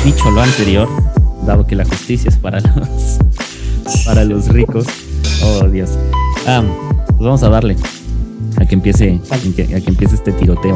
dicho lo anterior, dado que la justicia es para los ricos. Oh, Dios. Pues vamos a darle a que empiece este tiroteo.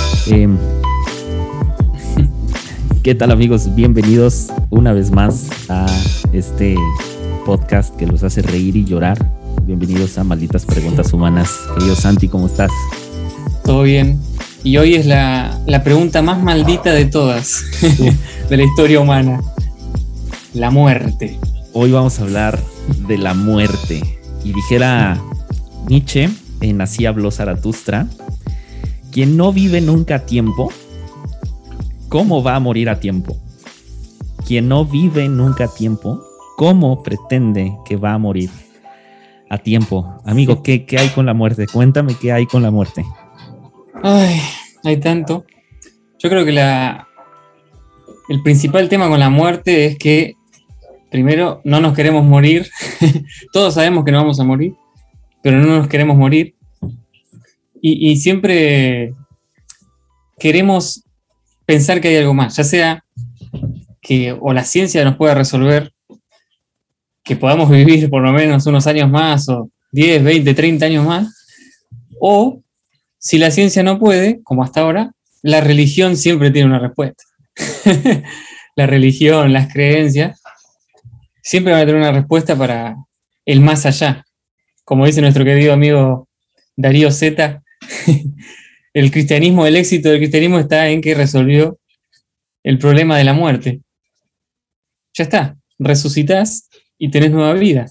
¿Qué tal, amigos? Bienvenidos una vez más a este podcast que los hace reír y llorar. Bienvenidos a Malditas Preguntas Humanas. Querido Santi, ¿cómo estás? Todo bien. Y hoy es la pregunta más maldita de todas de la historia humana. La muerte. Hoy vamos a hablar de la muerte. Y dijera Nietzsche, en Así habló Zaratustra, quien no vive nunca a tiempo, ¿cómo va a morir a tiempo? Quien no vive nunca a tiempo, ¿cómo pretende que va a morir a tiempo? Amigo, ¿qué hay con la muerte? Cuéntame qué hay con la muerte. Ay, hay tanto. Yo creo que el principal tema con la muerte es que, primero, no nos queremos morir. Todos sabemos que no vamos a morir, pero no nos queremos morir. Y siempre queremos pensar que hay algo más, ya sea que o la ciencia nos pueda resolver, que podamos vivir por lo menos unos años más, o 10, 20, 30 años más, o si la ciencia no puede, como hasta ahora, la religión siempre tiene una respuesta. La religión, las creencias, siempre van a tener una respuesta para el más allá. Como dice nuestro querido amigo Darío Zeta, el éxito del cristianismo está en que resolvió el problema de la muerte. Ya está, resucitás y tenés nueva vida.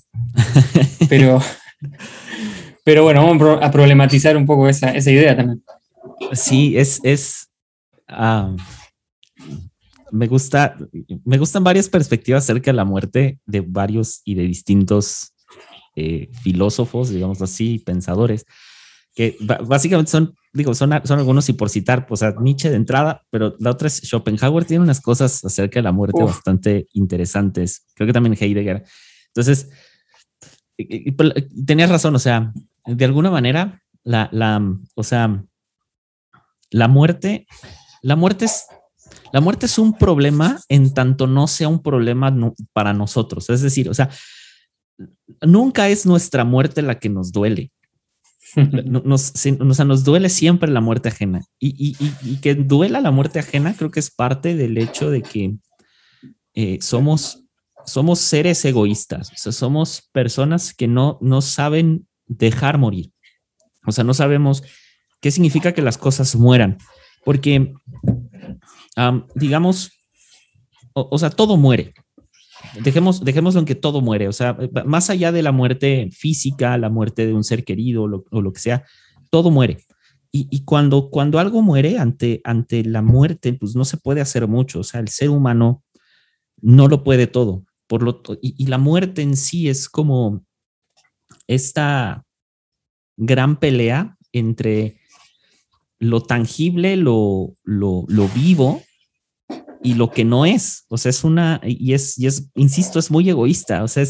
Pero bueno, vamos a problematizar un poco esa idea también. Sí, me gustan varias perspectivas acerca de la muerte de varios y de distintos filósofos, digamos así, pensadores, que básicamente son algunos, y por citar, pues a Nietzsche de entrada, pero la otra es Schopenhauer. Tiene unas cosas acerca de la muerte bastante interesantes. Creo que también Heidegger. Entonces, tenías razón, o sea, de alguna manera, la muerte es un problema en tanto no sea un problema para nosotros. Es decir, o sea, nunca es nuestra muerte la que nos duele. Nos duele siempre la muerte ajena. Y que duela la muerte ajena, creo que es parte del hecho de que somos seres egoístas. O sea, somos personas que no saben dejar morir. O sea, no sabemos qué significa que las cosas mueran. Porque, digamos, o sea, todo muere. Dejémoslo en que todo muere. O sea, más allá de la muerte física, la muerte de un ser querido o lo que sea, todo muere. Y cuando algo muere, ante la muerte, pues no se puede hacer mucho. O sea, el ser humano no lo puede todo. Y la muerte en sí es como esta gran pelea entre lo tangible, lo vivo y lo que no es. O sea, insisto, es muy egoísta. O sea,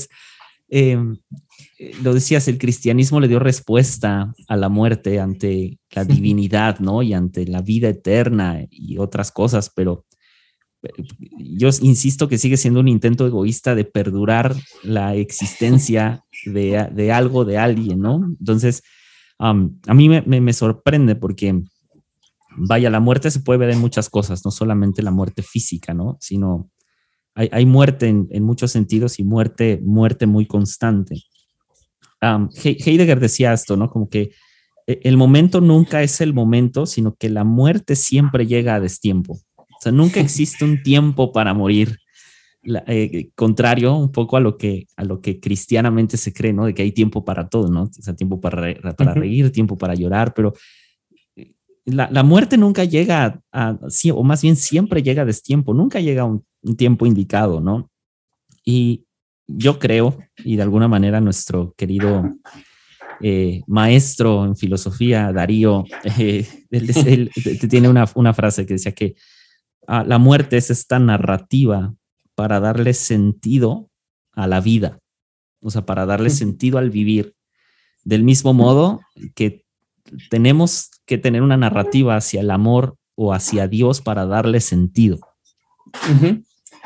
lo decías, el cristianismo le dio respuesta a la muerte ante la divinidad, ¿no? Y ante la vida eterna y otras cosas, pero yo insisto que sigue siendo un intento egoísta de perdurar la existencia de algo, de alguien, ¿no? Entonces, a mí me sorprende porque, vaya, la muerte se puede ver en muchas cosas, no solamente la muerte física, ¿no? Sino hay muerte en muchos sentidos y muerte muy constante. Heidegger decía esto, ¿no? Como que el momento nunca es el momento, sino que la muerte siempre llega a destiempo. O sea, nunca existe un tiempo para morir. Contrario un poco a lo que cristianamente se cree, ¿no? De que hay tiempo para todo, ¿no? O sea, tiempo para reír, tiempo para llorar, pero la muerte nunca llega sí, o más bien siempre llega a destiempo, nunca llega a un tiempo indicado, ¿no? Y yo creo, y de alguna manera nuestro querido maestro en filosofía, Darío, él tiene una frase que decía que la muerte es esta narrativa para darle sentido a la vida, o sea, para darle sentido al vivir, del mismo modo que tenemos que tener una narrativa hacia el amor o hacia Dios para darle sentido. Uh-huh.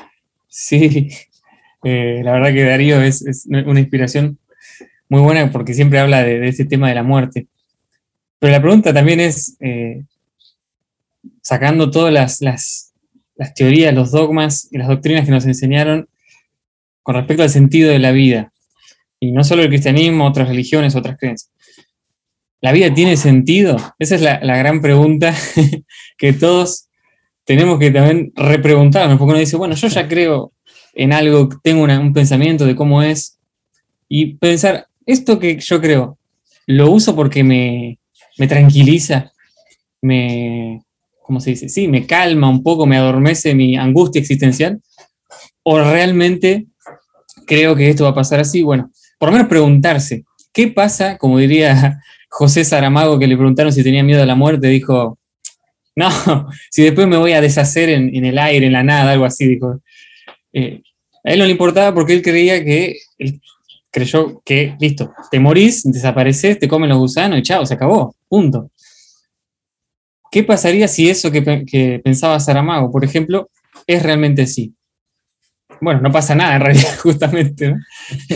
Sí, la verdad que Darío es una inspiración muy buena porque siempre habla de ese tema de la muerte. Pero la pregunta también es, sacando todas las teorías, los dogmas y las doctrinas que nos enseñaron con respecto al sentido de la vida, y no solo el cristianismo, otras religiones, otras creencias. ¿La vida tiene sentido? Esa es la gran pregunta que todos tenemos que también repreguntarnos, porque uno dice, bueno, yo ya creo en algo, tengo un pensamiento de cómo es, y pensar, esto que yo creo, ¿lo uso porque me tranquiliza? ¿Cómo se dice? Sí, me calma un poco, me adormece mi angustia existencial, o realmente creo que esto va a pasar así. Bueno, por lo menos preguntarse, ¿qué pasa? Como diría José Saramago, que le preguntaron si tenía miedo a la muerte, dijo, no, si después me voy a deshacer en el aire, en la nada, algo así, dijo. A él no le importaba porque él creía que, él creyó que, listo, te morís, desapareces, te comen los gusanos y chao, se acabó, punto. ¿Qué pasaría si eso que pensaba Saramago, por ejemplo, es realmente así? Bueno, no pasa nada en realidad, justamente, ¿no?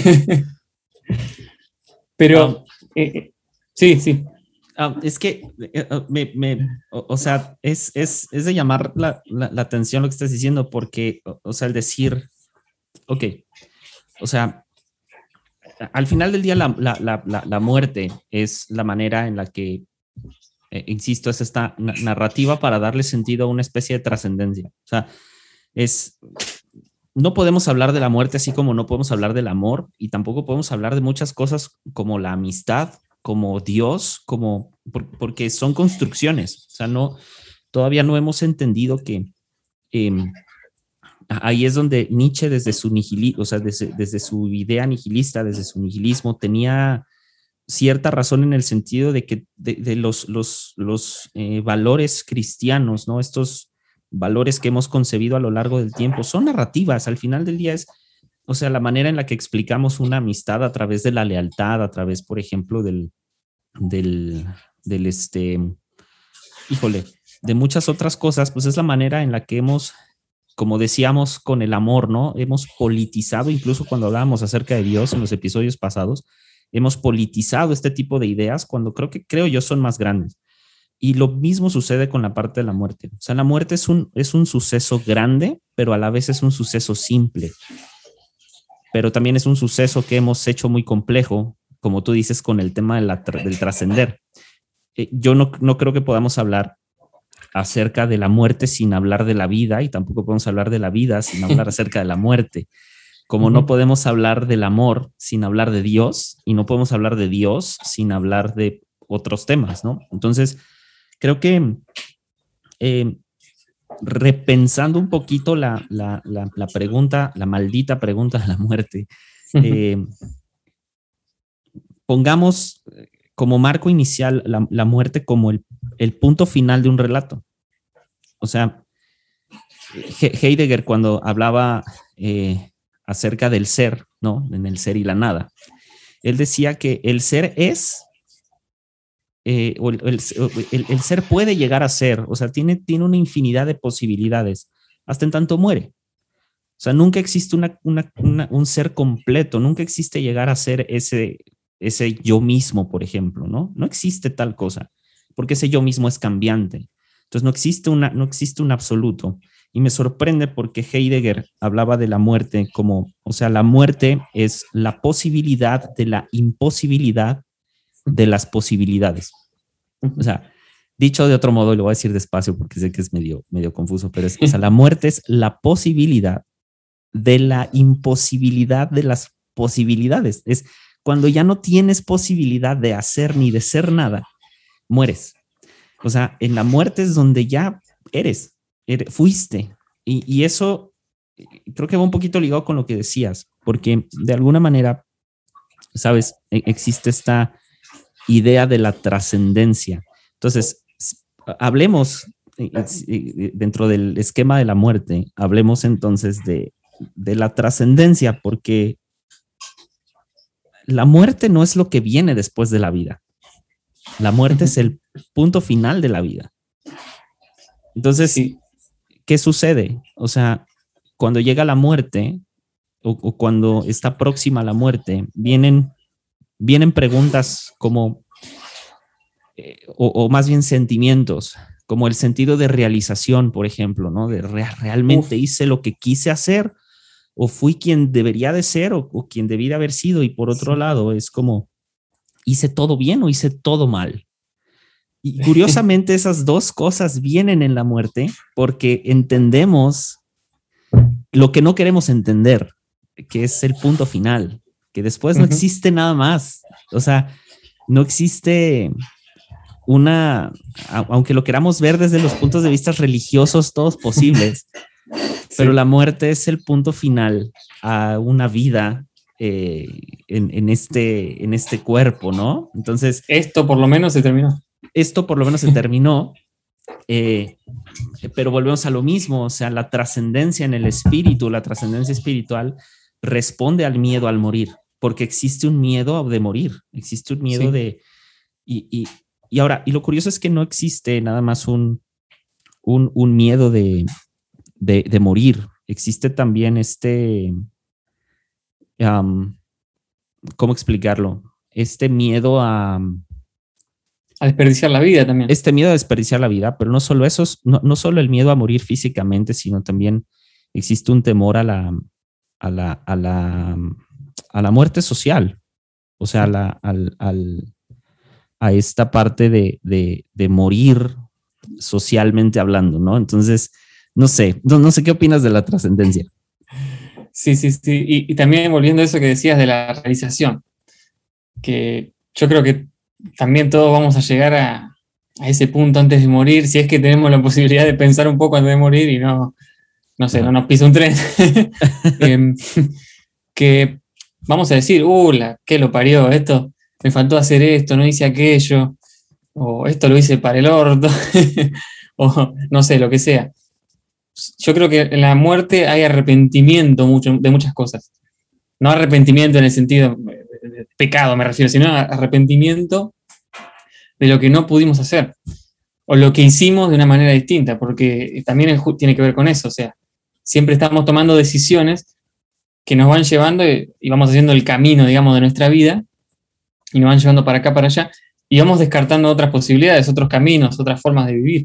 Pero, sí, sí. Es que, o sea, es de llamar la atención lo que estás diciendo, porque, o sea, el decir, ok, o sea, al final del día la muerte es la manera en la que, insisto, es esta narrativa para darle sentido a una especie de trascendencia. O sea, es, no podemos hablar de la muerte así como no podemos hablar del amor, y tampoco podemos hablar de muchas cosas como la amistad, como Dios, porque son construcciones. O sea, todavía no hemos entendido que eh, ahí es donde Nietzsche, desde su nihilismo, o sea, desde su idea nihilista, desde su nihilismo, tenía cierta razón en el sentido de que de los valores cristianos, ¿no? Estos valores que hemos concebido a lo largo del tiempo son narrativas. Al final del día es, o sea, la manera en la que explicamos una amistad a través de la lealtad, a través, por ejemplo, del, del híjole, de muchas otras cosas, pues es la manera en la que hemos, como decíamos con el amor, ¿no? Hemos politizado, incluso cuando hablábamos acerca de Dios en los episodios pasados, hemos politizado este tipo de ideas cuando creo yo son más grandes. Y lo mismo sucede con la parte de la muerte. O sea, la muerte es un suceso grande, pero a la vez es un suceso simple. Pero también es un suceso que hemos hecho muy complejo, como tú dices, con el tema del trascender. Yo no creo que podamos hablar acerca de la muerte sin hablar de la vida, y tampoco podemos hablar de la vida sin hablar acerca de la muerte. Como no podemos hablar del amor sin hablar de Dios, y no podemos hablar de Dios sin hablar de otros temas, ¿no? Entonces, creo que repensando un poquito la pregunta, la maldita pregunta de la muerte, pongamos como marco inicial la muerte como el punto final de un relato. O sea, Heidegger, cuando hablaba acerca del ser, ¿no? En el ser y la nada, él decía que el ser es, o el ser puede llegar a ser, o sea, tiene una infinidad de posibilidades, hasta en tanto muere. O sea, nunca existe un ser completo, nunca existe llegar a ser ese yo mismo, por ejemplo, ¿no? No existe tal cosa, porque ese yo mismo es cambiante. Entonces no existe un absoluto. Y me sorprende porque Heidegger hablaba de la muerte como, o sea, la muerte es la posibilidad de la imposibilidad de las posibilidades. O sea, dicho de otro modo, y lo voy a decir despacio porque sé que es medio confuso, pero o sea, la muerte es la posibilidad de la imposibilidad de las posibilidades. Es cuando ya no tienes posibilidad de hacer ni de ser nada, mueres. O sea, en la muerte es donde ya fuiste. Y eso creo que va un poquito ligado con lo que decías, porque de alguna manera, sabes, existe esta idea de la trascendencia. Entonces, hablemos dentro del esquema de la muerte, hablemos entonces de la trascendencia, porque la muerte no es lo que viene después de la vida. La muerte es el punto final de la vida. Entonces, sí. ¿Qué sucede? O sea, cuando llega la muerte o cuando está próxima a la muerte, vienen preguntas como, o más bien sentimientos, como el sentido de realización, por ejemplo, ¿no? De realmente hice lo que quise hacer, o fui quien debería de ser, o quien debía haber sido. Y por otro lado, es como, ¿hice todo bien o hice todo mal? Y curiosamente esas dos cosas vienen en la muerte porque entendemos lo que no queremos entender, que es el punto final, que después no existe nada más. O sea, no existe aunque lo queramos ver desde los puntos de vista religiosos, todos posibles, pero la muerte es el punto final a una vida en este cuerpo, ¿no? Entonces, esto por lo menos se terminó. Pero volvemos a lo mismo, o sea, la trascendencia en el espíritu, la trascendencia espiritual responde al miedo al morir, porque existe un miedo de morir, existe un miedo de... Y ahora, y lo curioso es que no existe nada más un miedo de morir, existe también ¿cómo explicarlo? Este miedo a desperdiciar la vida también. Este miedo a desperdiciar la vida, pero no solo eso, no solo el miedo a morir físicamente, sino también existe un temor a la muerte social, o sea, a esta parte de morir socialmente hablando, ¿no? Entonces, no sé qué opinas de la trascendencia. Sí. Y también volviendo a eso que decías de la realización, que yo creo que también todos vamos a llegar a ese punto antes de morir, si es que tenemos la posibilidad de pensar un poco antes de morir y no nos pisa un tren. Que vamos a decir, ¿qué lo parió? Esto, me faltó hacer esto, no hice aquello, o esto lo hice para el orto, o no sé, lo que sea. Yo creo que en la muerte hay arrepentimiento de muchas cosas. No arrepentimiento en el sentido de pecado, me refiero, sino arrepentimiento de lo que no pudimos hacer o lo que hicimos de una manera distinta, porque también tiene que ver con eso. O sea, siempre estamos tomando decisiones que nos van llevando y vamos haciendo el camino, digamos, de nuestra vida y nos van llevando para acá, para allá, y vamos descartando otras posibilidades, otros caminos, otras formas de vivir.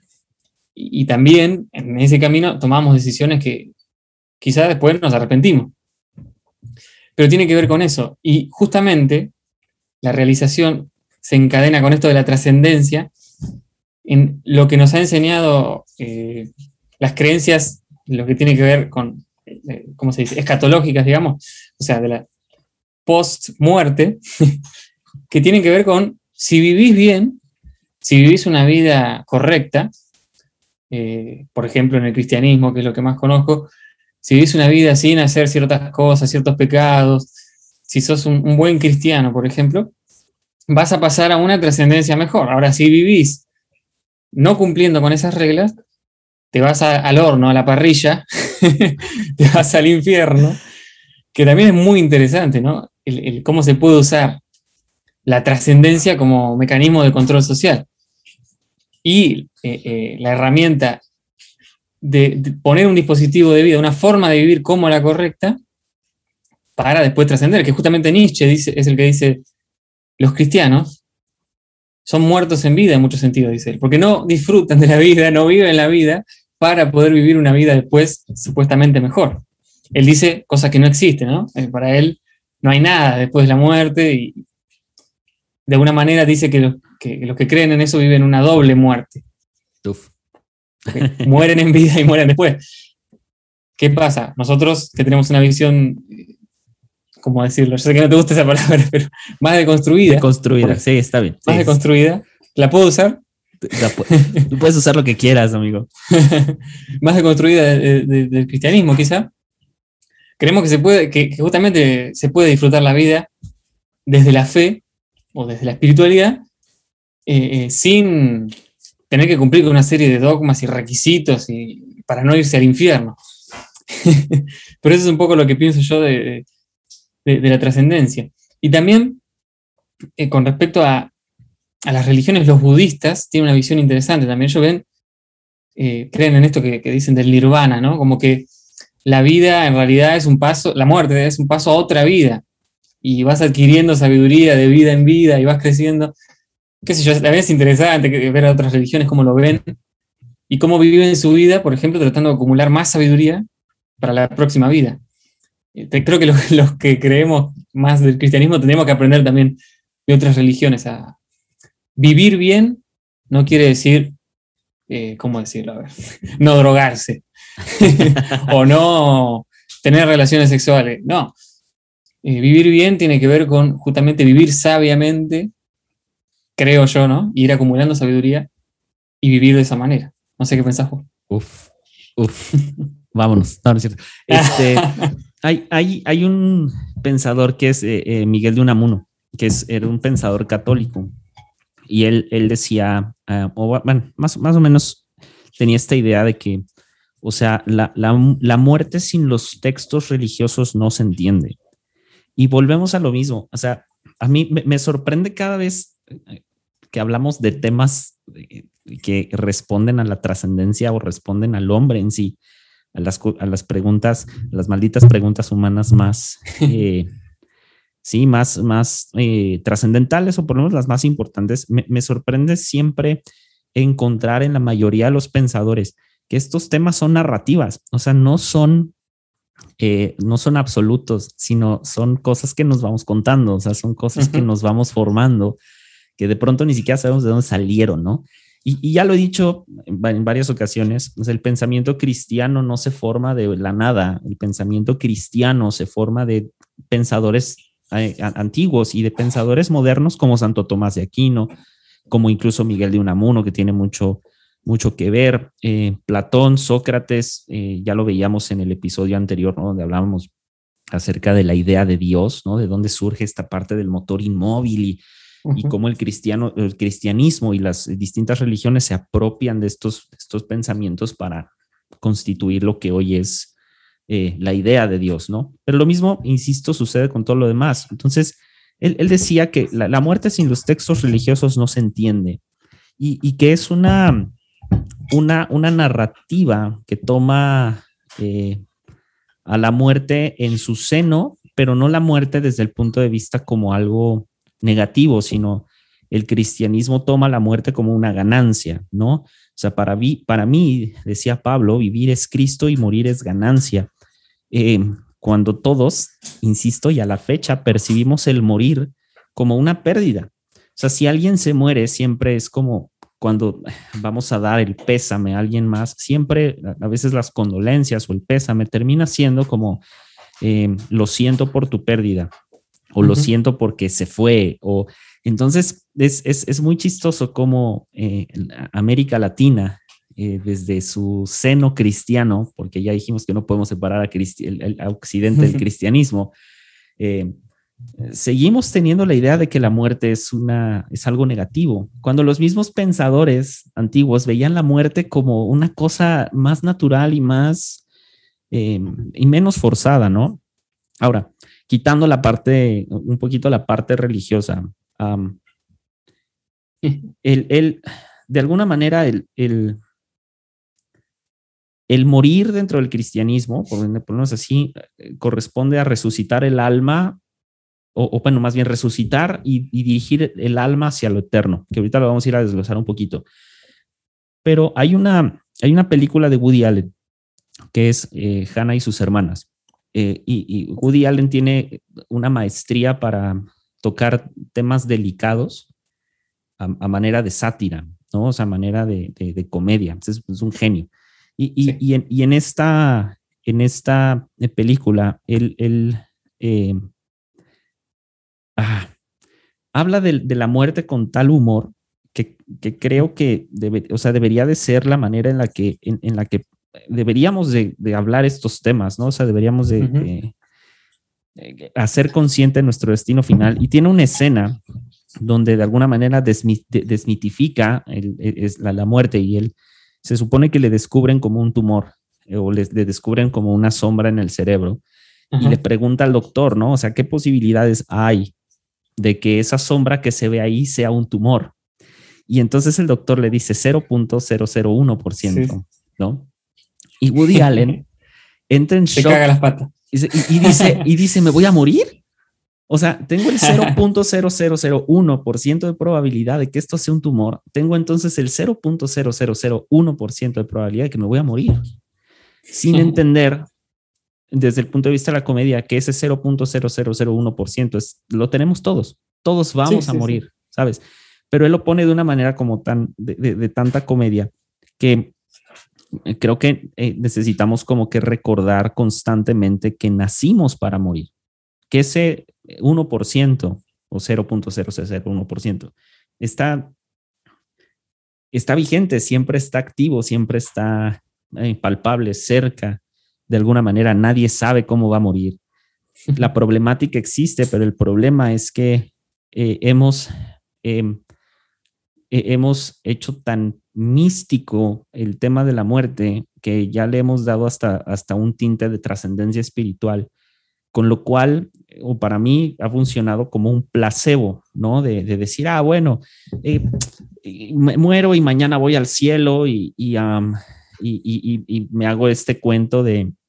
Y también en ese camino tomamos decisiones que quizás después nos arrepentimos. Pero tiene que ver con eso. Y justamente la realización se encadena con esto de la trascendencia en lo que nos ha enseñado las creencias, lo que tiene que ver con, ¿cómo se dice?, escatológicas, digamos, o sea, de la post-muerte, que tienen que ver con si vivís bien, si vivís una vida correcta, por ejemplo, en el cristianismo, que es lo que más conozco, si vivís una vida sin hacer ciertas cosas, ciertos pecados, si sos un buen cristiano, por ejemplo, vas a pasar a una trascendencia mejor. Ahora, si vivís no cumpliendo con esas reglas, te vas al horno, a la parrilla, te vas al infierno, que también es muy interesante, ¿no? El cómo se puede usar la trascendencia como mecanismo de control social. Y la herramienta de poner un dispositivo de vida, una forma de vivir como la correcta, para después trascender, que justamente Nietzsche es el que dice, los cristianos son muertos en vida en muchos sentidos, dice él, porque no disfrutan de la vida, no viven la vida para poder vivir una vida después supuestamente mejor. Él dice cosas que no existen, ¿no? Para él no hay nada después de la muerte y de alguna manera dice que los que creen en eso viven una doble muerte. Mueren en vida y mueren después. ¿Qué pasa? Nosotros que tenemos una visión, ¿cómo decirlo? Yo sé que no te gusta esa palabra, pero más deconstruida. Deconstruida, sí, está bien. Más deconstruida. ¿La puedo usar? Tú puedes usar lo que quieras, amigo. Más deconstruida del cristianismo, quizá. Creemos que justamente se puede disfrutar la vida desde la fe o desde la espiritualidad sin tener que cumplir con una serie de dogmas y requisitos para no irse al infierno. Pero eso es un poco lo que pienso yo de la trascendencia. Y también, con respecto a las religiones, los budistas tienen una visión interesante. También ellos creen en esto que dicen del nirvana, ¿no? Como que la vida en realidad es un paso, la muerte es un paso a otra vida, y vas adquiriendo sabiduría de vida en vida y vas creciendo. Qué sé yo, también es interesante ver a otras religiones cómo lo ven y cómo viven su vida, por ejemplo, tratando de acumular más sabiduría para la próxima vida. Creo que los que creemos más del cristianismo tenemos que aprender también de otras religiones. A vivir bien no quiere decir, ¿cómo decirlo? A ver, no drogarse o no tener relaciones sexuales. No. Vivir bien tiene que ver con justamente vivir sabiamente, creo yo, ¿no? Ir acumulando sabiduría y vivir de esa manera. No sé qué pensás vos. Uf, vámonos. No, no es cierto. Hay un pensador que es Miguel de Unamuno, que era un pensador católico, y él decía, bueno, más o menos tenía esta idea de que, o sea, la muerte sin los textos religiosos no se entiende. Y volvemos a lo mismo. O sea, a mí me sorprende cada vez que hablamos de temas que responden a la trascendencia o responden al hombre en sí, a las preguntas, las malditas preguntas humanas más, sí, más trascendentales, o por lo menos las más importantes. Me sorprende siempre encontrar en la mayoría de los pensadores que estos temas son narrativas, o sea, no son absolutos, sino son cosas que nos vamos contando, o sea, son cosas que nos vamos formando, que de pronto ni siquiera sabemos de dónde salieron, ¿no? Y ya lo he dicho en varias ocasiones, o sea, el pensamiento cristiano no se forma de la nada, el pensamiento cristiano se forma de pensadores antiguos y de pensadores modernos como Santo Tomás de Aquino, como incluso Miguel de Unamuno, que tiene mucho que ver, Platón, Sócrates, ya lo veíamos en el episodio anterior, ¿no? Donde hablábamos acerca de la idea de Dios, ¿no? De dónde surge esta parte del motor inmóvil y cómo el cristianismo y las distintas religiones se apropian de estos pensamientos para constituir lo que hoy es la idea de Dios, ¿no? Pero lo mismo, insisto, sucede con todo lo demás. Entonces, él decía que la muerte sin los textos religiosos no se entiende, y que es una narrativa que toma a la muerte en su seno, pero no la muerte desde el punto de vista como algo negativo, sino el cristianismo toma la muerte como una ganancia, ¿no? O sea, para mí, decía Pablo, vivir es Cristo y morir es ganancia. Cuando todos, insisto, y a la fecha percibimos el morir como una pérdida. O sea, si alguien se muere, siempre es como cuando vamos a dar el pésame a alguien más, siempre, a veces las condolencias o el pésame termina siendo como lo siento por tu pérdida, o lo siento porque se fue, o entonces es muy chistoso como América Latina, desde su seno cristiano, porque ya dijimos que no podemos separar a Occidente del cristianismo, seguimos teniendo la idea de que la muerte es algo negativo, cuando los mismos pensadores antiguos veían la muerte como una cosa más natural y y menos forzada, ¿no? Ahora, quitando un poquito la parte religiosa, de alguna manera, el morir dentro del cristianismo, por lo menos así, corresponde a resucitar el alma, o bueno, más bien resucitar y dirigir el alma hacia lo eterno, que ahorita lo vamos a ir a desglosar un poquito. Pero hay una película de Woody Allen, que es Hannah y sus hermanas. Y Woody Allen tiene una maestría para tocar temas delicados a manera de sátira, ¿no? O sea, a manera de comedia. Es un genio. Y en esta película, él habla de la muerte con tal humor que creo que debería de ser la manera en la que deberíamos de hablar estos temas, ¿no? O sea, deberíamos de hacer consciente nuestro destino final. Y tiene una escena donde de alguna manera desmitifica la muerte, y él se supone que le descubren como un tumor, o le descubren como una sombra en el cerebro. Y le pregunta al doctor, ¿no? O sea, ¿qué posibilidades hay de que esa sombra que se ve ahí sea un tumor? Y entonces el doctor le dice 0.001%, ¿no? Y Woody Allen entra en Se shock. caga las patas. Y dice, ¿me voy a morir? O sea, tengo el 0.0001% de probabilidad de que esto sea un tumor. Tengo entonces el 0.0001% de probabilidad de que me voy a morir. Sin entender, desde el punto de vista de la comedia, que ese 0.0001% lo tenemos todos. Todos vamos a morir, ¿sabes? Pero él lo pone de una manera como de tanta comedia que creo que necesitamos como que recordar constantemente que nacimos para morir. Que ese 1% o 0.0001% está vigente, siempre está activo, siempre está palpable, cerca, de alguna manera. Nadie sabe cómo va a morir. La problemática existe, pero el problema es que hemos hecho tan místico el tema de la muerte que ya le hemos dado hasta un tinte de trascendencia espiritual, con lo cual, o para mí, ha funcionado como un placebo, ¿no? De decir, bueno, me muero y mañana voy al cielo y me hago este cuento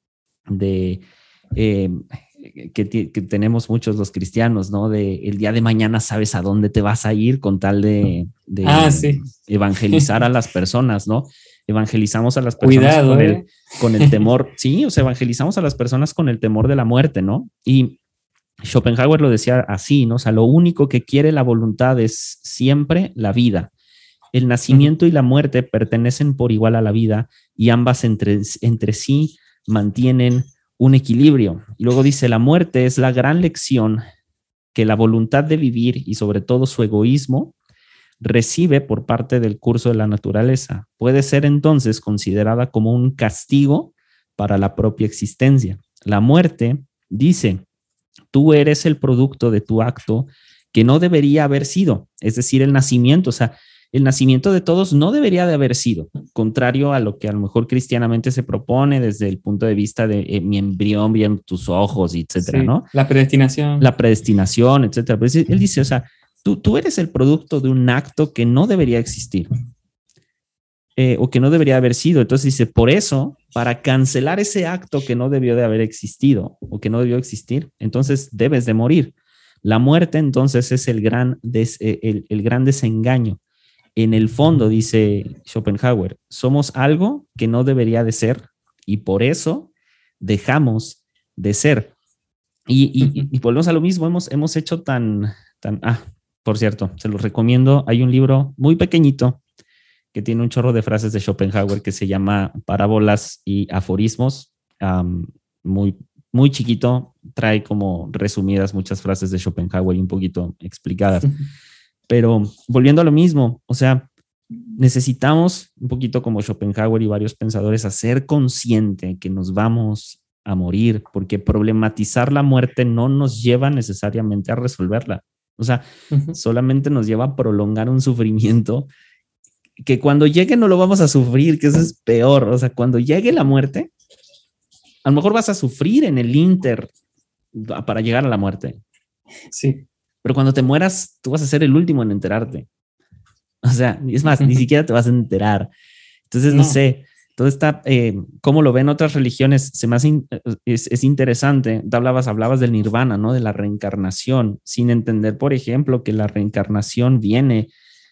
que tenemos muchos los cristianos, ¿no? De el día de mañana sabes a dónde te vas a ir con tal de evangelizar a las personas, ¿no? Evangelizamos a las personas. Cuidado, con el temor, sí, o sea, evangelizamos a las personas con el temor de la muerte, ¿no? Y Schopenhauer lo decía así, ¿no? O sea, lo único que quiere la voluntad es siempre la vida. El nacimiento y la muerte pertenecen por igual a la vida y ambas entre sí mantienen un equilibrio. Y luego dice, la muerte es la gran lección que la voluntad de vivir y sobre todo su egoísmo recibe por parte del curso de la naturaleza. Puede ser entonces considerada como un castigo para la propia existencia. La muerte dice, tú eres el producto de tu acto que no debería haber sido, es decir, el nacimiento, o sea, el nacimiento de todos no debería de haber sido, contrario a lo que a lo mejor cristianamente se propone desde el punto de vista de mi embrión bien tus ojos, etcétera, ¿no? La predestinación. La predestinación, etcétera. Pero él dice, o sea, tú eres el producto de un acto que no debería existir o que no debería haber sido. Entonces dice, por eso, para cancelar ese acto que no debió de haber existido o que no debió existir, entonces debes de morir. La muerte entonces es el gran desengaño. En el fondo, dice Schopenhauer, somos algo que no debería de ser y por eso dejamos de ser. Y volvemos a lo mismo, hemos hecho por cierto, se los recomiendo, hay un libro muy pequeñito que tiene un chorro de frases de Schopenhauer que se llama Parábolas y aforismos, muy, muy chiquito, trae como resumidas muchas frases de Schopenhauer y un poquito explicadas. Pero volviendo a lo mismo, o sea, necesitamos un poquito como Schopenhauer y varios pensadores hacer consciente que nos vamos a morir, porque problematizar la muerte no nos lleva necesariamente a resolverla. O sea, solamente nos lleva a prolongar un sufrimiento que cuando llegue no lo vamos a sufrir, que eso es peor. O sea, cuando llegue la muerte, a lo mejor vas a sufrir en el inter para llegar a la muerte. Sí. Pero cuando te mueras, tú vas a ser el último en enterarte. O sea, es más, ni siquiera te vas a enterar. Entonces, no sé, todo está, cómo lo ven otras religiones, es interesante. Te hablabas del nirvana, ¿no? De la reencarnación, sin entender, por ejemplo, que la reencarnación viene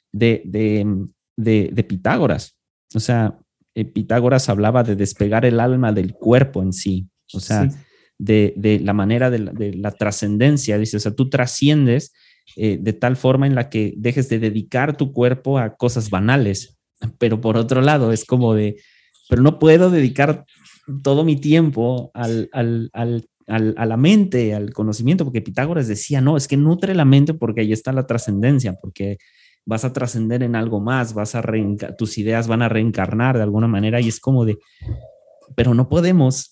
de Pitágoras. O sea, Pitágoras hablaba de despegar el alma del cuerpo en sí. O sea, sí. de la manera de la trascendencia. Dice, o sea, tú trasciendes de tal forma en la que dejes de dedicar tu cuerpo a cosas banales. Pero por otro lado, es como pero no puedo dedicar todo mi tiempo a la mente, al conocimiento, porque Pitágoras decía, no, es que nutre la mente porque ahí está la trascendencia, porque vas a trascender en algo más, tus ideas van a reencarnar de alguna manera, y es como pero no podemos,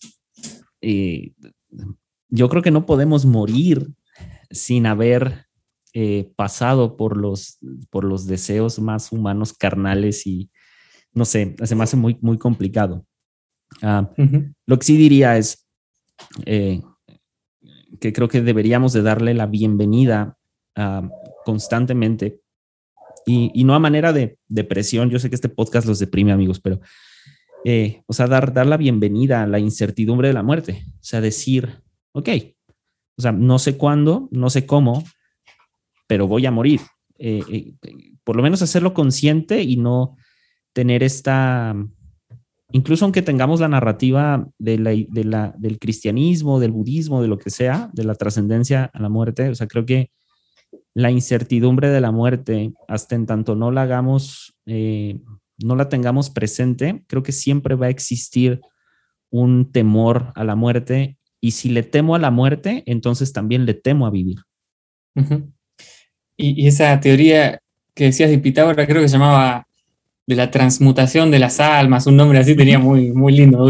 yo creo que no podemos morir sin haber pasado por los deseos más humanos, carnales, y no sé, se me hace muy, muy complicado. Lo que sí diría es que creo que deberíamos de darle la bienvenida constantemente y no a manera de depresión. Yo sé que este podcast los deprime, amigos, pero o sea, dar la bienvenida a la incertidumbre de la muerte. O sea, decir, ok, o sea, no sé cuándo, no sé cómo, pero voy a morir. Por lo menos hacerlo consciente y no tener esta, incluso aunque tengamos la narrativa del cristianismo, del budismo, de lo que sea, de la trascendencia a la muerte, o sea, creo que la incertidumbre de la muerte, hasta en tanto no la hagamos, no la tengamos presente, creo que siempre va a existir un temor a la muerte, y si le temo a la muerte, entonces también le temo a vivir. Uh-huh. Y esa teoría que decías de Pitágoras, creo que se llamaba de la transmutación de las almas, un nombre así tenía muy, muy lindo.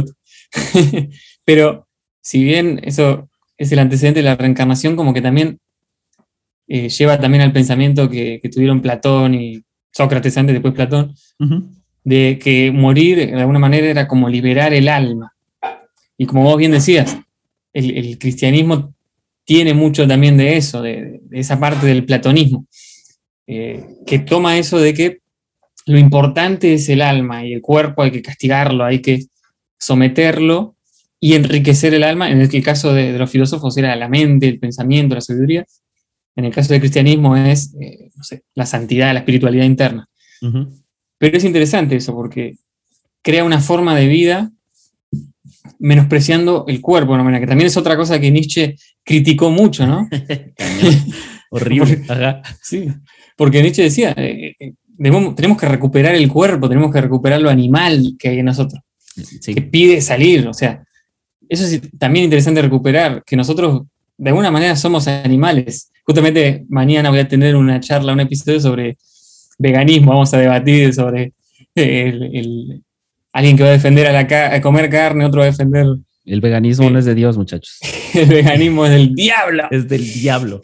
Pero si bien eso es el antecedente de la reencarnación, como que también lleva también al pensamiento que tuvieron Platón y Sócrates antes, después Platón, de que morir de alguna manera era como liberar el alma. Y como vos bien decías, el cristianismo tiene mucho también de eso, de esa parte del platonismo, que toma eso de que lo importante es el alma y el cuerpo hay que castigarlo, hay que someterlo y enriquecer el alma. En el caso de los filósofos era la mente, el pensamiento, la sabiduría. En el caso del cristianismo es no sé, la santidad, la espiritualidad interna. Uh-huh. Pero es interesante eso porque crea una forma de vida menospreciando el cuerpo, de una manera que también es otra cosa que Nietzsche criticó mucho, ¿no? Horrible. Ajá. Sí, porque Nietzsche decía, tenemos que recuperar el cuerpo, tenemos que recuperar lo animal que hay en nosotros, sí, que pide salir, o sea, eso es también interesante recuperar, que nosotros de alguna manera somos animales. Justamente mañana voy a tener una charla, un episodio sobre veganismo, vamos a debatir sobre alguien que va a defender a comer carne, otro va a defender... El veganismo no es de Dios, muchachos. El veganismo es del diablo. Es del diablo.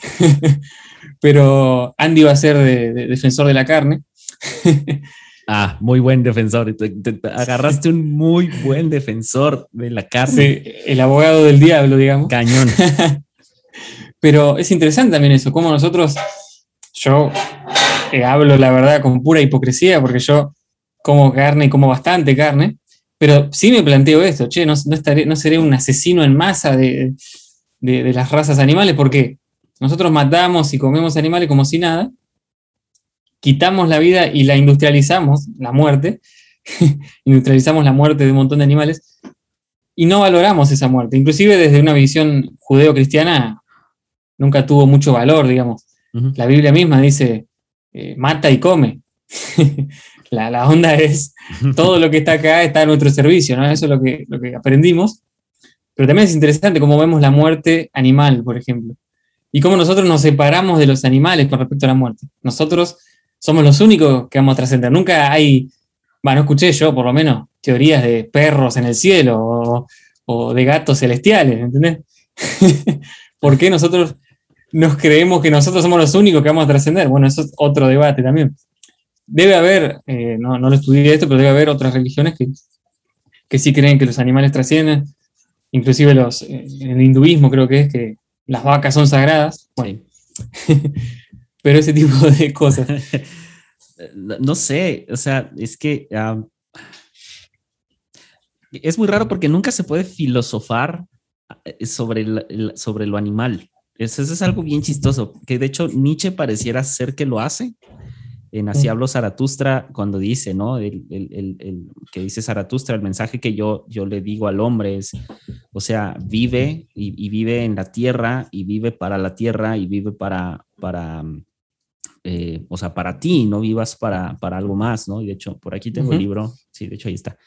Pero Andy va a ser de defensor de la carne. Ah, muy buen defensor. Te agarraste un muy buen defensor de la carne. Sí, el abogado del diablo, digamos. Cañón. Pero es interesante también eso, cómo nosotros, yo hablo la verdad con pura hipocresía, porque yo como carne y como bastante carne, pero sí me planteo esto, che, no seré un asesino en masa de las razas animales, porque nosotros matamos y comemos animales como si nada, quitamos la vida y la industrializamos, la muerte, industrializamos la muerte de un montón de animales, y no valoramos esa muerte. Inclusive desde una visión judeo-cristiana nunca tuvo mucho valor, digamos. Uh-huh. La Biblia misma dice, mata y come. La onda es, todo lo que está acá está a nuestro servicio, ¿no? Eso es lo que aprendimos. Pero también es interesante cómo vemos la muerte animal, por ejemplo. Y cómo nosotros nos separamos de los animales con respecto a la muerte. Nosotros somos los únicos que vamos a trascender. Nunca hay, no escuché yo por lo menos, teorías de perros en el cielo o de gatos celestiales, ¿entendés? ¿Por qué nosotros nos creemos que nosotros somos los únicos que vamos a trascender? Bueno, eso es otro debate también. Debe haber, no lo estudié esto, pero debe haber otras religiones que sí creen que los animales trascienden. Inclusive en el hinduismo creo que es que las vacas son sagradas. Bueno. Sí. Pero ese tipo de cosas. No sé, o sea, es que es muy raro porque nunca se puede filosofar sobre lo animal. Eso es algo bien chistoso, que de hecho Nietzsche pareciera ser que lo hace. En Así habló Zaratustra, cuando dice, ¿no? El que dice Zaratustra, el mensaje que yo le digo al hombre es, o sea, vive y vive en la tierra y vive para la tierra y vive para o sea, para ti, no vivas para algo más, ¿no? Y de hecho, por aquí tengo el libro, sí, de hecho ahí está.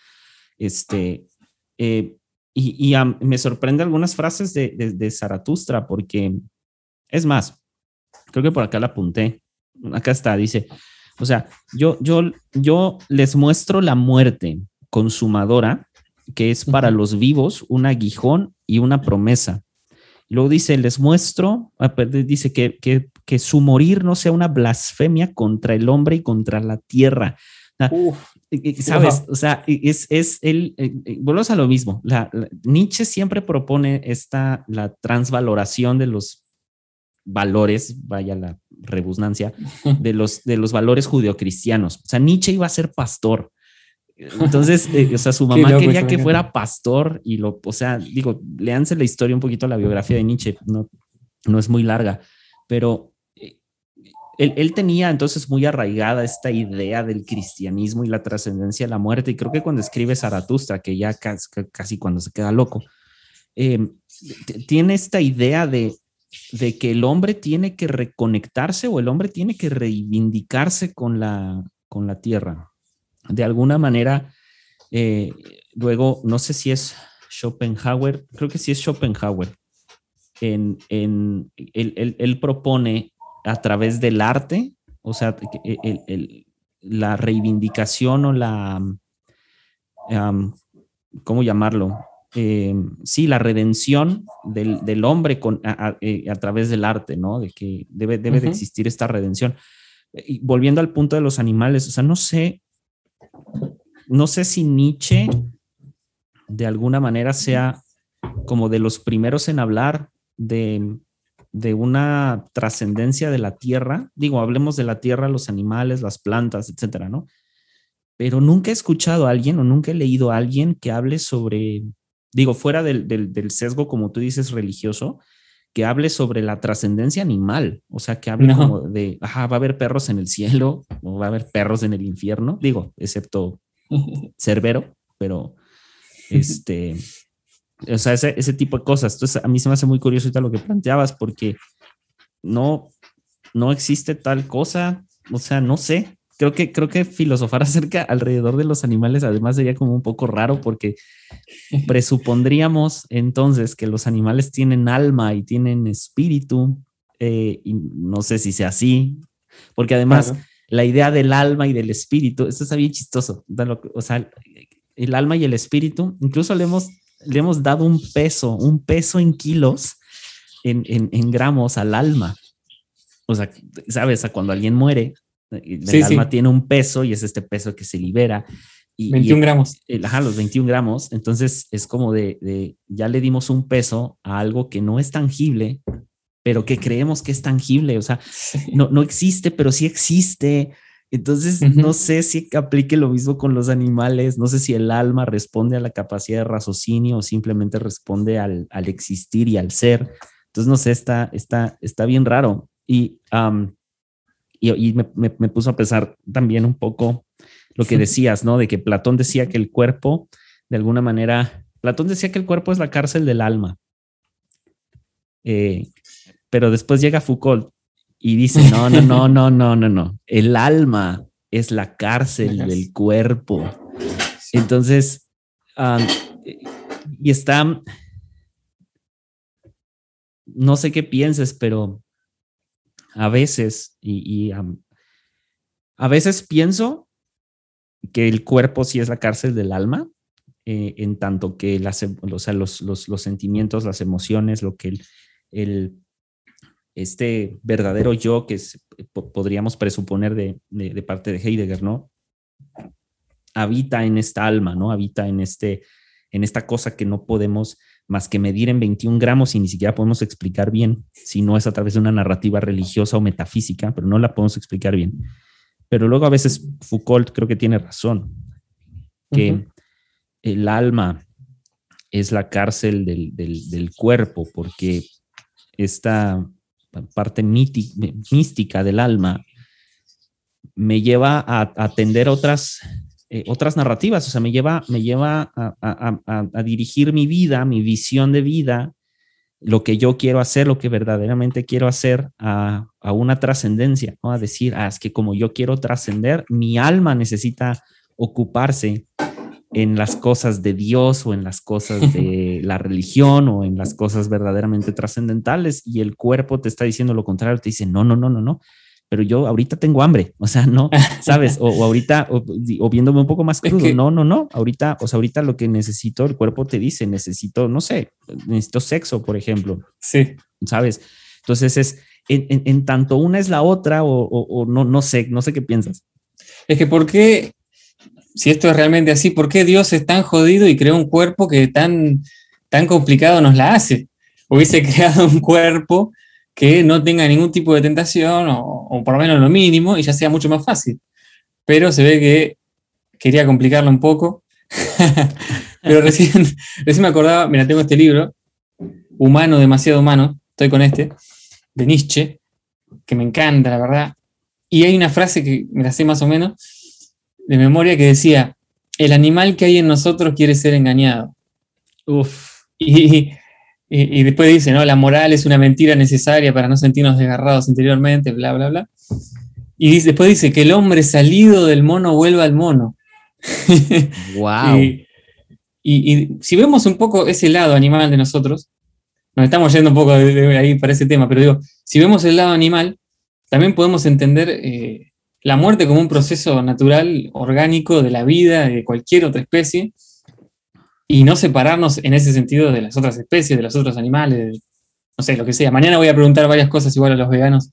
Me sorprende algunas frases de Zaratustra, porque es más, creo que por acá la apunté, acá está, dice, o sea, yo les muestro la muerte consumadora, que es para los vivos un aguijón y una promesa. Luego dice, les muestro, dice que su morir no sea una blasfemia contra el hombre y contra la tierra. ¿Sabes? O sea, volvemos a lo mismo. Nietzsche siempre propone la transvaloración de los valores, vaya la redundancia, de los valores judeocristianos. O sea, Nietzsche iba a ser pastor. Entonces, o sea, su mamá quería que fuera pastor o sea, digo, léanse la historia un poquito, la biografía de Nietzsche, no es muy larga, pero él tenía entonces muy arraigada esta idea del cristianismo y la trascendencia de la muerte, y creo que cuando escribe Zaratustra, que ya casi cuando se queda loco, tiene esta idea de que el hombre tiene que reconectarse o el hombre tiene que reivindicarse con la tierra. De alguna manera, luego, no sé si es Schopenhauer, creo que sí es Schopenhauer, él propone a través del arte, o sea, la reivindicación o ¿cómo llamarlo? Sí, la redención del hombre a través del arte, ¿no? De que debe de existir esta redención. Y volviendo al punto de los animales, o sea, no sé si Nietzsche de alguna manera sea como de los primeros en hablar de una trascendencia de la tierra. Digo, hablemos de la tierra, los animales, las plantas, etcétera, ¿no? Pero nunca he escuchado a alguien o nunca he leído a alguien que hable sobre, digo, fuera del sesgo, como tú dices, religioso, que hable sobre la trascendencia animal. O sea, que hable como de, va a haber perros en el cielo o va a haber perros en el infierno. Digo, excepto Cerbero, pero o sea, ese tipo de cosas. Entonces, a mí se me hace muy curioso ahorita lo que planteabas, porque no existe tal cosa. O sea, no sé. Creo que filosofar alrededor de los animales además sería como un poco raro, porque presupondríamos entonces que los animales tienen alma y tienen espíritu, y no sé si sea así, porque además la idea del alma y del espíritu, esto está bien chistoso. O sea, el alma y el espíritu, incluso le hemos dado un peso en kilos, en gramos al alma. O sea, sabes, cuando alguien muere, el alma tiene un peso y es este peso que se libera. 21 gramos. Los 21 gramos. Entonces es como ya le dimos un peso a algo que no es tangible, pero que creemos que es tangible. O sea, no existe, pero sí existe. Entonces, no sé si aplique lo mismo con los animales. No sé si el alma responde a la capacidad de raciocinio o simplemente responde al existir y al ser. Entonces, no sé, está bien raro. Y me puso a pensar también un poco lo que decías, ¿no? De que Platón decía que el cuerpo, de alguna manera, Platón decía que el cuerpo es la cárcel del alma. Pero después llega Foucault y dice, no. El alma es la cárcel del cuerpo. Entonces, y está, no sé qué pienses, pero a veces, a veces pienso que el cuerpo sí es la cárcel del alma, en tanto que los sentimientos, las emociones, lo que este verdadero yo que podríamos presuponer de parte de Heidegger, ¿no? Habita en esta alma, ¿no? Habita en esta cosa que no podemos más que medir en 21 gramos y ni siquiera podemos explicar bien, si no es a través de una narrativa religiosa o metafísica, pero no la podemos explicar bien. Pero luego a veces Foucault creo que tiene razón, que el alma es la cárcel del cuerpo, porque esta parte mística del alma me lleva a atender otras narrativas. O sea, me lleva a dirigir mi vida, mi visión de vida, lo que yo quiero hacer, lo que verdaderamente quiero hacer, a una trascendencia, ¿no? A decir, es que como yo quiero trascender, mi alma necesita ocuparse en las cosas de Dios o en las cosas de la religión o en las cosas verdaderamente trascendentales, y el cuerpo te está diciendo lo contrario, te dice, no, pero yo ahorita tengo hambre, o sea, no, ¿sabes? O ahorita, o viéndome un poco más crudo, es que, no, ahorita, o sea, ahorita lo que necesito, el cuerpo te dice, necesito sexo, por ejemplo. Sí. ¿Sabes? Entonces es, en tanto una es la otra, o no sé qué piensas. Es que ¿por qué, si esto es realmente así, por qué Dios es tan jodido y creó un cuerpo que tan complicado nos la hace? Hubiese creado un cuerpo que no tenga ningún tipo de tentación, o por lo menos lo mínimo, y ya sea mucho más fácil. Pero se ve quería complicarlo un poco, pero recién me acordaba, mira, tengo este libro, Humano, demasiado humano, estoy con de Nietzsche, que me encanta, la verdad, y hay una frase que me la sé más o menos de memoria que decía, el animal que hay en nosotros quiere ser engañado. Uf. Y después dice, ¿no? La moral es una mentira necesaria para no sentirnos desgarrados interiormente, bla, bla, bla. Y después dice que el hombre salido del mono vuelva al mono. Wow. Y si vemos un poco ese lado animal de nosotros, nos estamos yendo un poco de ahí para ese tema, pero digo, si vemos el lado animal, también podemos entender la muerte como un proceso natural, orgánico de la vida de cualquier otra especie, y no separarnos en ese sentido de las otras especies, de los otros animales, no sé, lo que sea. Mañana voy a preguntar varias cosas igual a los veganos.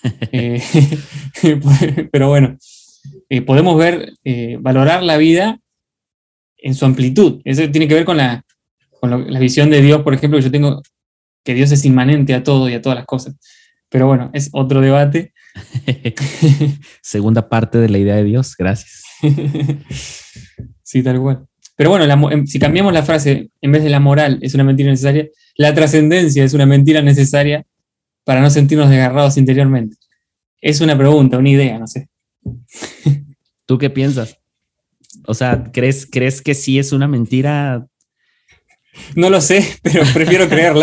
Pero bueno, podemos ver, valorar la vida en su amplitud. Eso tiene que ver con la visión de Dios, por ejemplo, que yo tengo, que Dios es inmanente a todo y a todas las cosas. Pero bueno, es otro debate. Segunda parte de la idea de Dios, gracias. Sí, tal cual. Pero bueno, si cambiamos la frase, en vez de la moral es una mentira necesaria, la trascendencia es una mentira necesaria para no sentirnos desgarrados interiormente. Es una pregunta, una idea, no sé. ¿Tú qué piensas? O sea, ¿crees que sí es una mentira? No lo sé, pero prefiero creerla.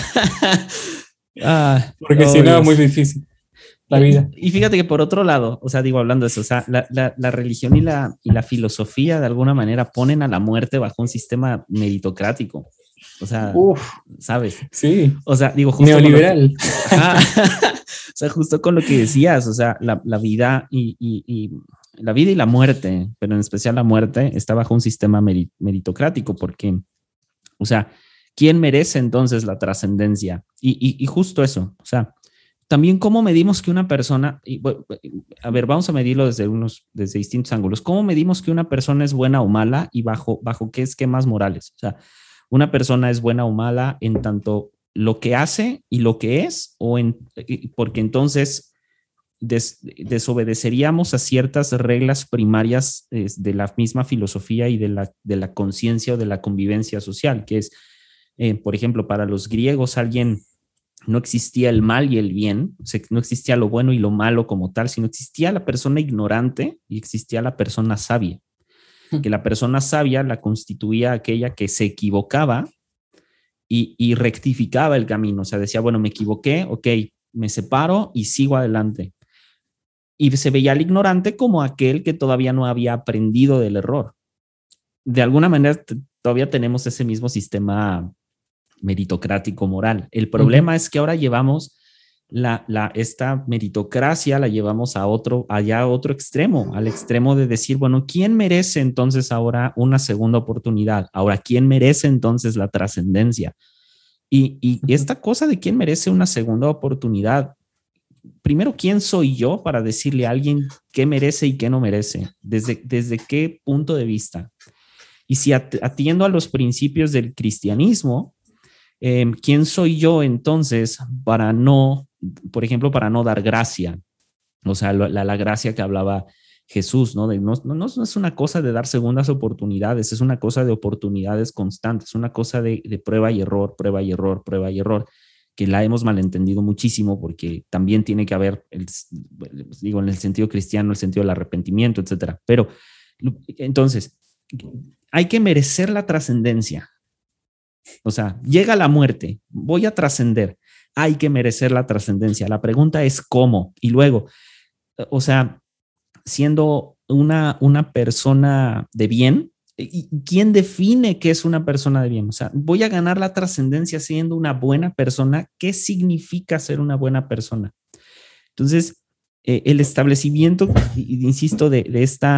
Porque si no es muy difícil la vida. Y fíjate que por otro lado, o sea, digo, hablando de eso, o sea, la religión y la filosofía de alguna manera ponen a la muerte bajo un sistema meritocrático. O sea, ¿sabes? Sí. O sea, digo, justo neoliberal. O sea, justo con lo que decías, o sea, la vida y la vida y la muerte, pero en especial la muerte, está bajo un sistema meritocrático, porque, o sea, ¿quién merece entonces la trascendencia? Y justo eso, o sea, también cómo medimos que una persona, a ver, vamos a medirlo desde distintos ángulos. ¿Cómo medimos que una persona es buena o mala y bajo qué esquemas morales? O sea, una persona es buena o mala en tanto lo que hace y lo que es, porque entonces desobedeceríamos a ciertas reglas primarias de la misma filosofía y de la conciencia o de la convivencia social, que es, por ejemplo, para los griegos no existía el mal y el bien, o sea, no existía lo bueno y lo malo como tal, sino existía la persona ignorante y existía la persona sabia. Que la persona sabia la constituía aquella que se equivocaba y rectificaba el camino, o sea, decía, bueno, me equivoqué, ok, me separo y sigo adelante. Y se veía al ignorante como aquel que todavía no había aprendido del error. De alguna manera, todavía tenemos ese mismo sistema meritocrático moral. El problema es que ahora llevamos esta meritocracia, la llevamos allá a otro extremo, al extremo de decir, bueno, ¿quién merece entonces ahora una segunda oportunidad? Ahora, ¿quién merece entonces la trascendencia? Y esta cosa de quién merece una segunda oportunidad, primero, ¿quién soy yo para decirle a alguien qué merece y qué no merece? ¿Desde qué punto de vista? Y si atiendo a los principios del cristianismo, ¿quién soy yo entonces para no, por ejemplo, para no dar gracia? O sea, la gracia que hablaba Jesús, ¿no? No es una cosa de dar segundas oportunidades, es una cosa de oportunidades constantes, una cosa de prueba y error, prueba y error, prueba y error, que la hemos malentendido muchísimo porque también tiene que haber, digo, en el sentido cristiano, el sentido del arrepentimiento, etcétera. Pero entonces, hay que merecer la trascendencia. O sea, llega la muerte, voy a trascender, hay que merecer la trascendencia. La pregunta es cómo. Y luego, o sea, siendo una persona de bien, ¿quién define qué es una persona de bien? O sea, voy a ganar la trascendencia siendo una buena persona. ¿Qué significa ser una buena persona? Entonces, el establecimiento, insisto, de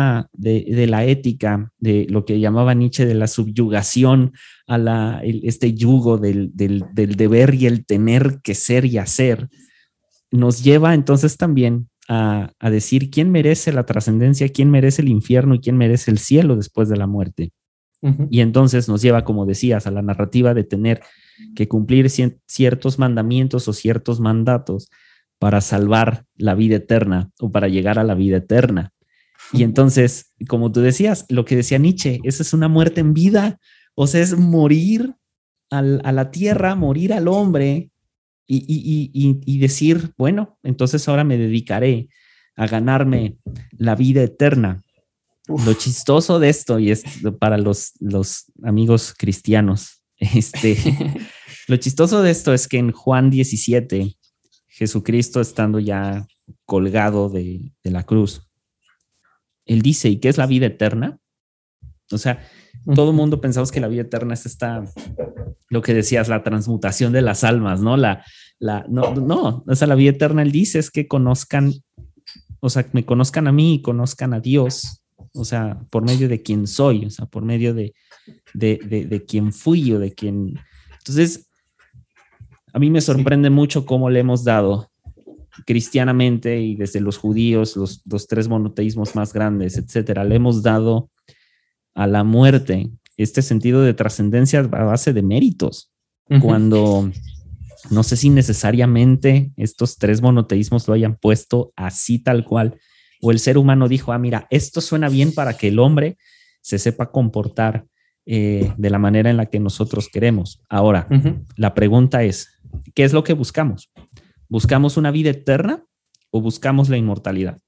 la ética, de lo que llamaba Nietzsche de la subyugación a este yugo del deber y el tener que ser y hacer, nos lleva entonces también a decir quién merece la trascendencia, quién merece el infierno y quién merece el cielo después de la muerte. Y entonces nos lleva, como decías, a la narrativa de tener que cumplir ciertos mandamientos o ciertos mandatos para salvar la vida eterna o para llegar a la vida eterna. Y entonces, como tú decías, lo que decía Nietzsche, esa es una muerte en vida, o sea, es morir a la tierra, morir al hombre y decir, bueno, entonces ahora me dedicaré a ganarme la vida eterna. Uf. Lo chistoso de esto, y es para los amigos cristianos, lo chistoso de esto es que en Juan 17, Jesucristo estando ya colgado de la cruz, él dice, ¿y qué es la vida eterna? O sea, todo el mundo pensamos que la vida eterna es lo que decías, la transmutación de las almas, ¿no? No, o sea, la vida eterna, él dice, es que conozcan, o sea, me conozcan a mí y conozcan a Dios, o sea, por medio de quien soy, o sea, por medio de quien fui o de quien... Entonces, a mí me sorprende mucho cómo le hemos dado cristianamente y desde los judíos, los tres monoteísmos más grandes, etcétera, le hemos dado a la muerte este sentido de trascendencia a base de méritos, cuando no sé si necesariamente estos tres monoteísmos lo hayan puesto así tal cual, o el ser humano dijo, mira, esto suena bien para que el hombre se sepa comportar de la manera en la que nosotros queremos. Ahora, la pregunta es, ¿qué es lo que buscamos? ¿Buscamos una vida eterna o buscamos la inmortalidad?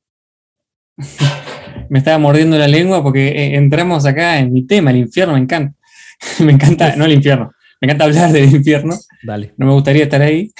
Me estaba mordiendo la lengua porque entramos acá en mi tema, el infierno, me encanta. Me encanta, no el infierno, me encanta hablar del infierno. Dale. No me gustaría estar ahí.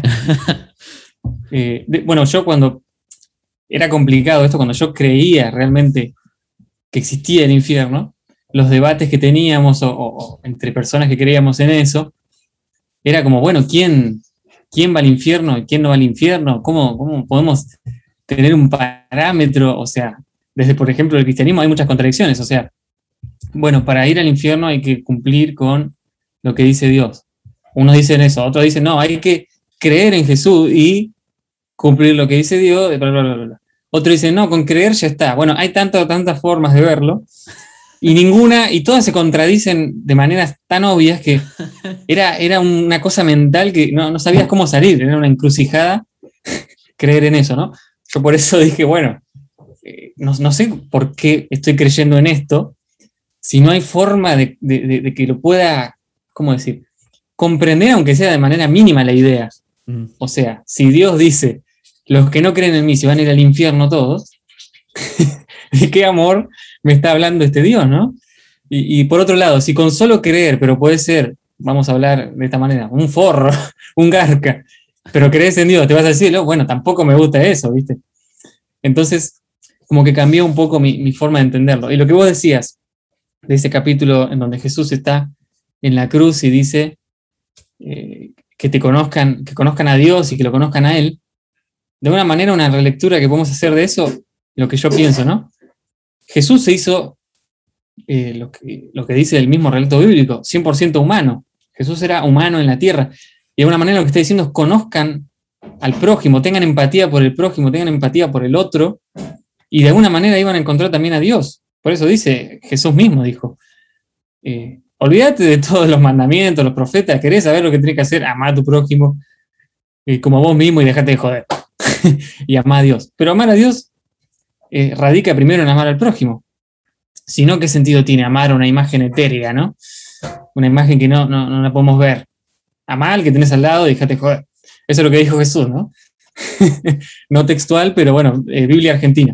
Bueno, yo cuando era complicado esto, cuando yo creía realmente que existía el infierno, los debates que teníamos o entre personas que creíamos en eso, era como, bueno, ¿quién va al infierno y quién no va al infierno? ¿Cómo podemos tener un parámetro? O sea, desde, por ejemplo, el cristianismo hay muchas contradicciones. O sea, bueno, para ir al infierno hay que cumplir con lo que dice Dios. Unos dicen eso, otros dicen, no, hay que creer en Jesús y cumplir lo que dice Dios, bla, bla, bla, bla. Otros dicen, no, con creer ya está. Bueno, hay tantas formas de verlo y todas se contradicen de maneras tan obvias que era una cosa mental que no sabías cómo salir, era una encrucijada creer en eso, ¿no? Yo por eso dije, bueno, no sé por qué estoy creyendo en esto, si no hay forma de que lo pueda, ¿cómo decir? Comprender, aunque sea de manera mínima, la idea. O sea, si Dios dice, los que no creen en mí se van a ir al infierno todos, ¿de qué amor me está hablando este Dios, no? Y por otro lado, si con solo creer, pero puede ser, vamos a hablar de esta manera, un forro, un garca, pero crees en Dios, te vas al cielo, bueno, tampoco me gusta eso, ¿viste? Entonces, como que cambió un poco mi forma de entenderlo. Y lo que vos decías de ese capítulo en donde Jesús está en la cruz y dice que conozcan a Dios y que lo conozcan a Él, de alguna manera una relectura que podemos hacer de eso, lo que yo pienso, ¿no? Jesús se hizo lo que dice el mismo relato bíblico, 100% humano. Jesús era humano en la tierra. Y de alguna manera lo que está diciendo es conozcan al prójimo, tengan empatía por el prójimo, tengan empatía por el otro, y de alguna manera iban a encontrar también a Dios. Por eso dice, Jesús mismo dijo, olvídate de todos los mandamientos, los profetas, querés saber lo que tenés que hacer, amar a tu prójimo como a vos mismo y dejate de joder. Y amar a Dios. Pero amar a Dios radica primero en amar al prójimo. Si no, ¿qué sentido tiene amar una imagen etérea, ¿no? Una imagen que no la podemos ver. Amar al que tenés al lado y dejate de joder. Eso es lo que dijo Jesús, ¿no? No textual, pero bueno, Biblia argentina.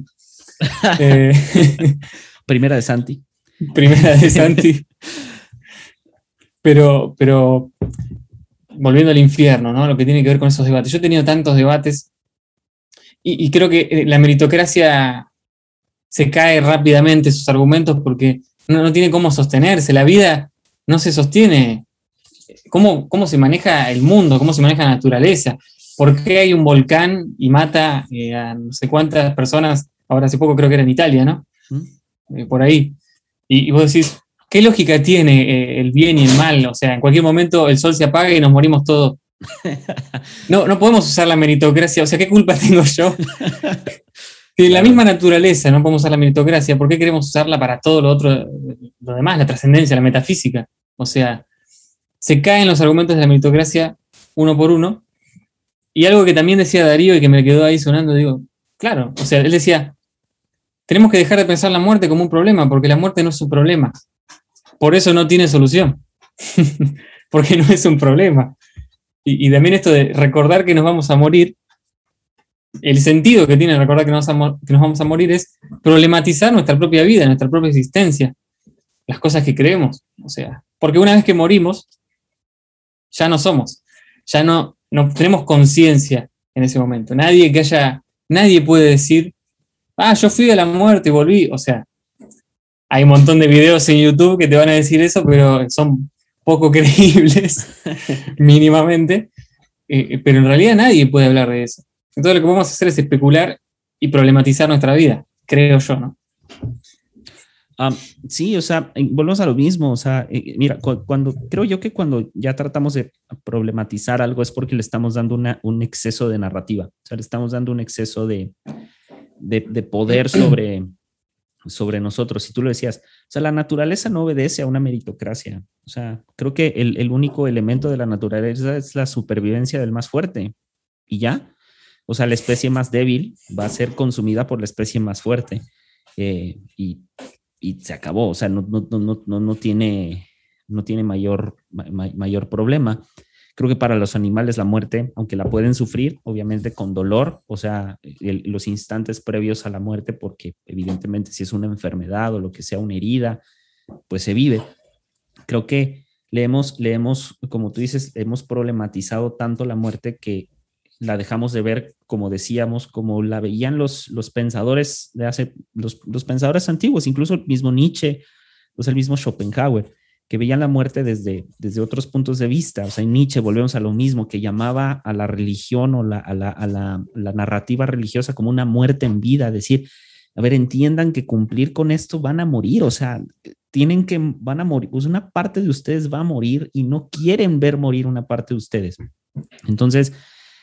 Primera de Santi. Primera de Santi. Pero volviendo al infierno, ¿no? Lo que tiene que ver con esos debates. Yo he tenido tantos debates y creo que la meritocracia se cae rápidamente sus argumentos porque no tiene cómo sostenerse. La vida no se sostiene. ¿Cómo se maneja el mundo? ¿Cómo se maneja la naturaleza? ¿Por qué hay un volcán y mata a no sé cuántas personas? Ahora hace poco creo que era en Italia, ¿no? Por ahí. Y vos decís, ¿qué lógica tiene el bien y el mal? O sea, en cualquier momento el sol se apaga y nos morimos todos. No podemos usar la meritocracia. O sea, ¿qué culpa tengo yo? Si en la misma naturaleza no podemos usar la meritocracia, ¿por qué queremos usarla para todo lo otro, lo demás, la trascendencia, la metafísica? O sea, se caen los argumentos de la meritocracia uno por uno. Y algo que también decía Darío y que me quedó ahí sonando, digo, claro, o sea, él decía, tenemos que dejar de pensar la muerte como un problema, porque la muerte no es un problema. Por eso no tiene solución. Porque no es un problema. Y también esto de recordar que nos vamos a morir, el sentido que tiene recordar que nos vamos a morir es problematizar nuestra propia vida, nuestra propia existencia, las cosas que creemos. O sea, porque una vez que morimos, ya no somos, ya no tenemos conciencia en ese momento. Nadie puede decir, yo fui a la muerte y volví. O sea, hay un montón de videos en YouTube que te van a decir eso, pero son poco creíbles, mínimamente. Pero en realidad nadie puede hablar de eso. Entonces lo que podemos hacer es especular y problematizar nuestra vida, creo yo, ¿no? Sí, o sea, volvemos a lo mismo. O sea, mira, creo yo que cuando ya tratamos de problematizar algo es porque le estamos dando un exceso de narrativa. O sea, le estamos dando un exceso de poder sobre nosotros. Si tú lo decías, o sea, la naturaleza no obedece a una meritocracia. O sea, creo que el único elemento de la naturaleza es la supervivencia del más fuerte. Y ya, o sea, la especie más débil va a ser consumida por la especie más fuerte. Y se acabó. O sea, no tiene mayor problema. Creo que para los animales la muerte, aunque la pueden sufrir, obviamente con dolor, o sea, los instantes previos a la muerte, porque evidentemente si es una enfermedad o lo que sea, una herida, pues se vive. Creo que le hemos, como tú dices, hemos problematizado tanto la muerte que la dejamos de ver, como decíamos, como la veían los pensadores de hace, los pensadores antiguos, incluso el mismo Nietzsche, o sea, el mismo Schopenhauer, que veían la muerte desde otros puntos de vista. O sea, en Nietzsche volvemos a lo mismo, que llamaba a la religión o a la narrativa religiosa como una muerte en vida, decir, a ver, entiendan que cumplir con esto van a morir, o sea, van a morir, pues una parte de ustedes va a morir y no quieren ver morir una parte de ustedes. Entonces,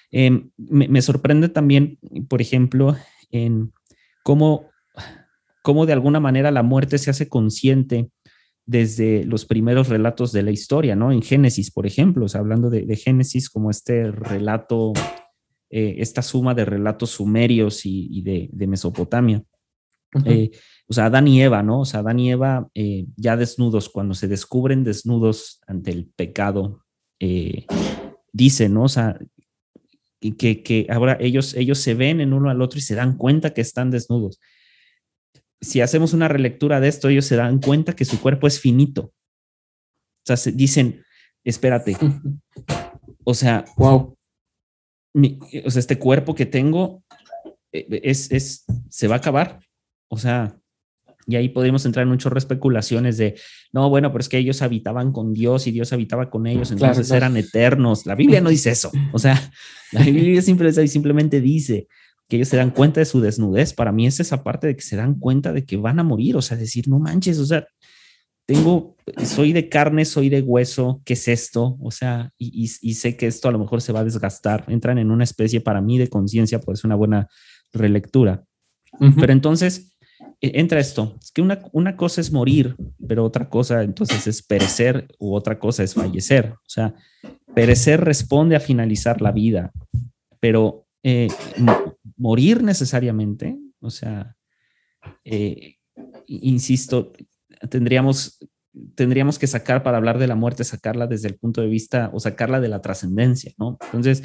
me sorprende también, por ejemplo, en cómo de alguna manera la muerte se hace consciente desde los primeros relatos de la historia, ¿no? En Génesis, por ejemplo, o sea, hablando de Génesis como este relato, esta suma de relatos sumerios y de Mesopotamia. O sea, Adán y Eva, ¿no? O sea, Adán y Eva ya desnudos, cuando se descubren desnudos ante el pecado, dicen, ¿no? O sea, que ahora ellos se ven en uno al otro y se dan cuenta que están desnudos. Si hacemos una relectura de esto, ellos se dan cuenta que su cuerpo es finito. O sea, dicen, espérate, o sea, wow. O sea, este cuerpo que tengo se va a acabar. O sea, y ahí podríamos entrar en un chorro de especulaciones de, no, bueno, pero es que ellos habitaban con Dios y Dios habitaba con ellos, entonces claro. Eran eternos. La Biblia no dice eso. O sea, la Biblia simplemente dice que ellos se dan cuenta de su desnudez. Para mí es esa parte de que se dan cuenta de que van a morir. O sea, decir, no manches, o sea, soy de carne, soy de hueso, ¿qué es esto? O sea, y sé que esto a lo mejor se va a desgastar. Entran en una especie, para mí, de conciencia, pues una buena relectura. Pero entonces entra esto, es que una cosa es morir, pero otra cosa entonces es perecer u otra cosa es fallecer. O sea, perecer responde a finalizar la vida, pero morir necesariamente, o sea, insisto, tendríamos que sacar, para hablar de la muerte, sacarla desde el punto de vista o sacarla de la trascendencia, ¿no? Entonces,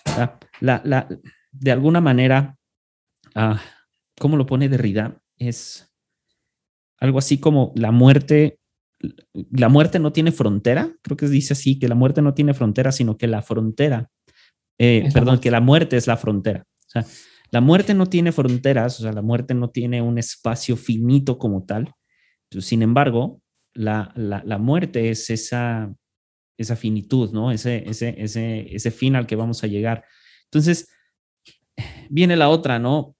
de alguna manera, ¿cómo lo pone Derrida? Es algo así como la muerte no tiene frontera, creo que dice así, que la muerte no tiene frontera, sino que la frontera, que la muerte es la frontera. O sea, la muerte no tiene fronteras, o sea, la muerte no tiene un espacio finito como tal. Sin embargo, la muerte es esa finitud, ¿no? Ese fin al que vamos a llegar. Entonces, viene la otra, ¿no?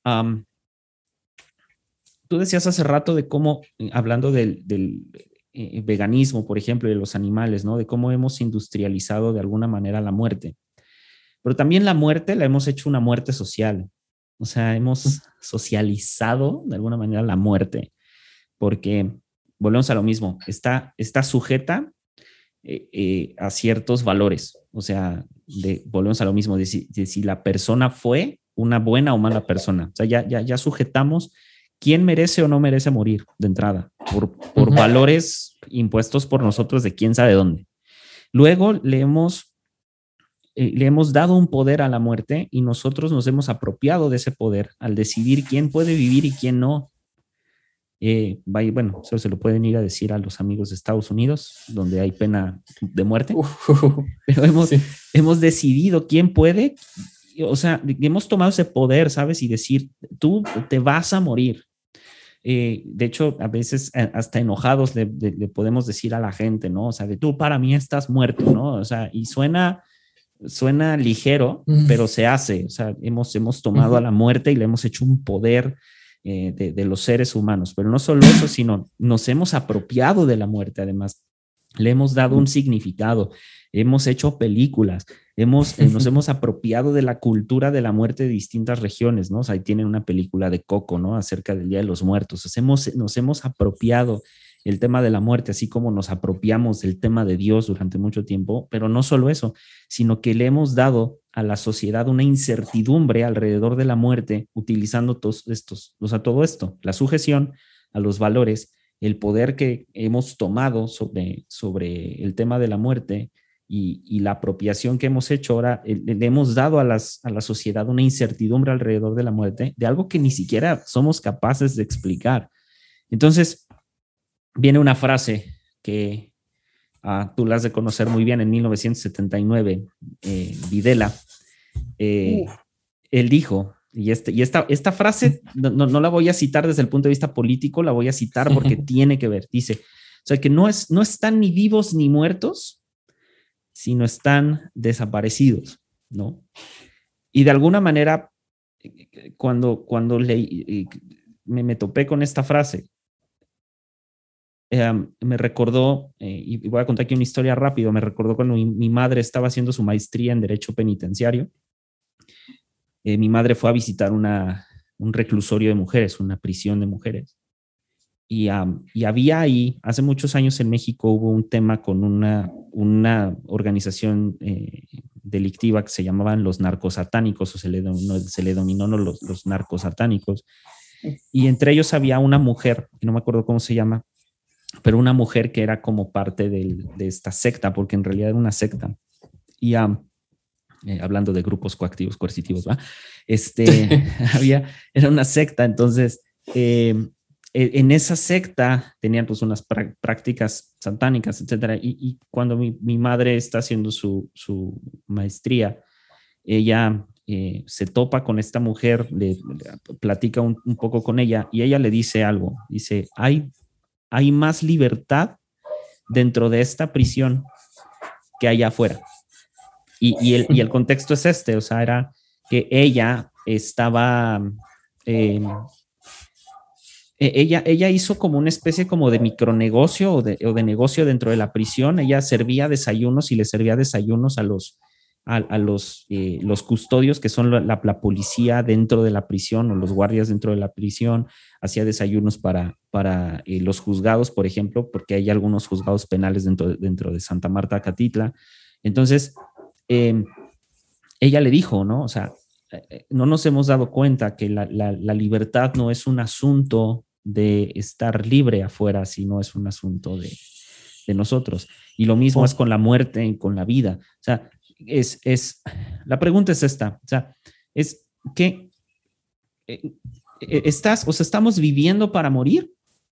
Tú decías hace rato de cómo, hablando del veganismo, por ejemplo, de los animales, ¿no? De cómo hemos industrializado de alguna manera la muerte. Pero también la muerte la hemos hecho una muerte social. O sea, hemos socializado de alguna manera la muerte, porque volvemos a lo mismo, está sujeta a ciertos valores. O sea, volvemos a lo mismo, de si la persona fue una buena o mala persona. O sea, ya sujetamos quién merece o no merece morir de entrada, por valores impuestos por nosotros de quién sabe dónde. Luego le hemos dado un poder a la muerte y nosotros nos hemos apropiado de ese poder al decidir quién puede vivir y quién no. Bueno, eso se lo pueden ir a decir a los amigos de Estados Unidos, donde hay pena de muerte, pero hemos decidido quién puede, o sea, hemos tomado ese poder, ¿sabes? Y decir, tú te vas a morir. De hecho, a veces hasta enojados le podemos decir a la gente, ¿no? O sea, de tú para mí estás muerto, ¿no? O sea, y suena ligero, pero se hace. O sea, hemos tomado a la muerte y le hemos hecho un poder de los seres humanos. Pero no solo eso, sino nos hemos apropiado de la muerte, además. Le hemos dado un significado, hemos hecho películas, nos hemos apropiado de la cultura de la muerte de distintas regiones, ¿no? O sea, ahí tienen una película de Coco, ¿no? Acerca del Día de los Muertos. O sea, nos hemos apropiado el tema de la muerte, así como nos apropiamos del tema de Dios durante mucho tiempo, pero no solo eso, sino que le hemos dado a la sociedad una incertidumbre alrededor de la muerte, utilizando todo esto, la sujeción a los valores, el poder que hemos tomado sobre el tema de la muerte y la apropiación que hemos hecho ahora, le hemos dado a la sociedad una incertidumbre alrededor de la muerte, de algo que ni siquiera somos capaces de explicar. Entonces, viene una frase que tú la has de conocer muy bien, en 1979, Videla, él dijo, y esta frase no la voy a citar desde el punto de vista político, la voy a citar porque tiene que ver. Dice, o sea, que no están ni vivos ni muertos, sino están desaparecidos, ¿no? Y de alguna manera, cuando me topé con esta frase, me recordó, y voy a contar aquí una historia rápido, me recordó cuando mi madre estaba haciendo su maestría en Derecho Penitenciario. Mi madre fue a visitar un reclusorio de mujeres, una prisión de mujeres. Y había ahí, hace muchos años en México hubo un tema con una organización delictiva que se llamaban los narcosatánicos, o se le denominó los narcosatánicos. Y entre ellos había una mujer, que no me acuerdo cómo se llama, pero una mujer que era como parte de esta secta, porque en realidad era una secta. Y hablando de grupos coactivos, coercitivos, ¿va? Era una secta, entonces en esa secta tenían pues unas prácticas satánicas, etcétera, y cuando mi madre está haciendo su maestría, ella se topa con esta mujer, le platica un poco con ella, y ella le dice algo, dice, hay más libertad dentro de esta prisión que allá afuera. Y el contexto es o sea, era que ella estaba, ella hizo como una especie como de micronegocio o de negocio dentro de la prisión. Ella servía desayunos y le servía desayunos a los custodios, que son la policía dentro de la prisión, o los guardias dentro de la prisión. Hacía desayunos para los juzgados, por ejemplo, porque hay algunos juzgados penales dentro de Santa Marta, Catitla. Entonces, ella le dijo, ¿no? O sea, no nos hemos dado cuenta que la libertad no es un asunto de estar libre afuera, sino es un asunto de nosotros. Y lo mismo es con la muerte y con la vida. O sea, la pregunta es esta, o sea, es que estamos viviendo para morir,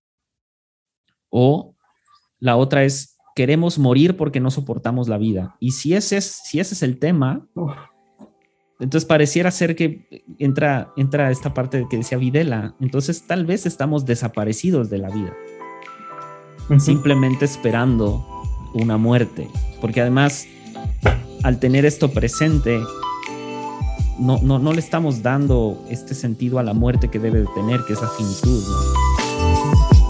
o la otra es, queremos morir porque no soportamos la vida. Y si ese es el tema, entonces pareciera ser que entra esta parte que decía Videla. Entonces tal vez estamos desaparecidos de la vida, simplemente esperando una muerte, porque además al tener esto presente no le estamos dando este sentido a la muerte que debe de tener, que es la finitud, ¿no?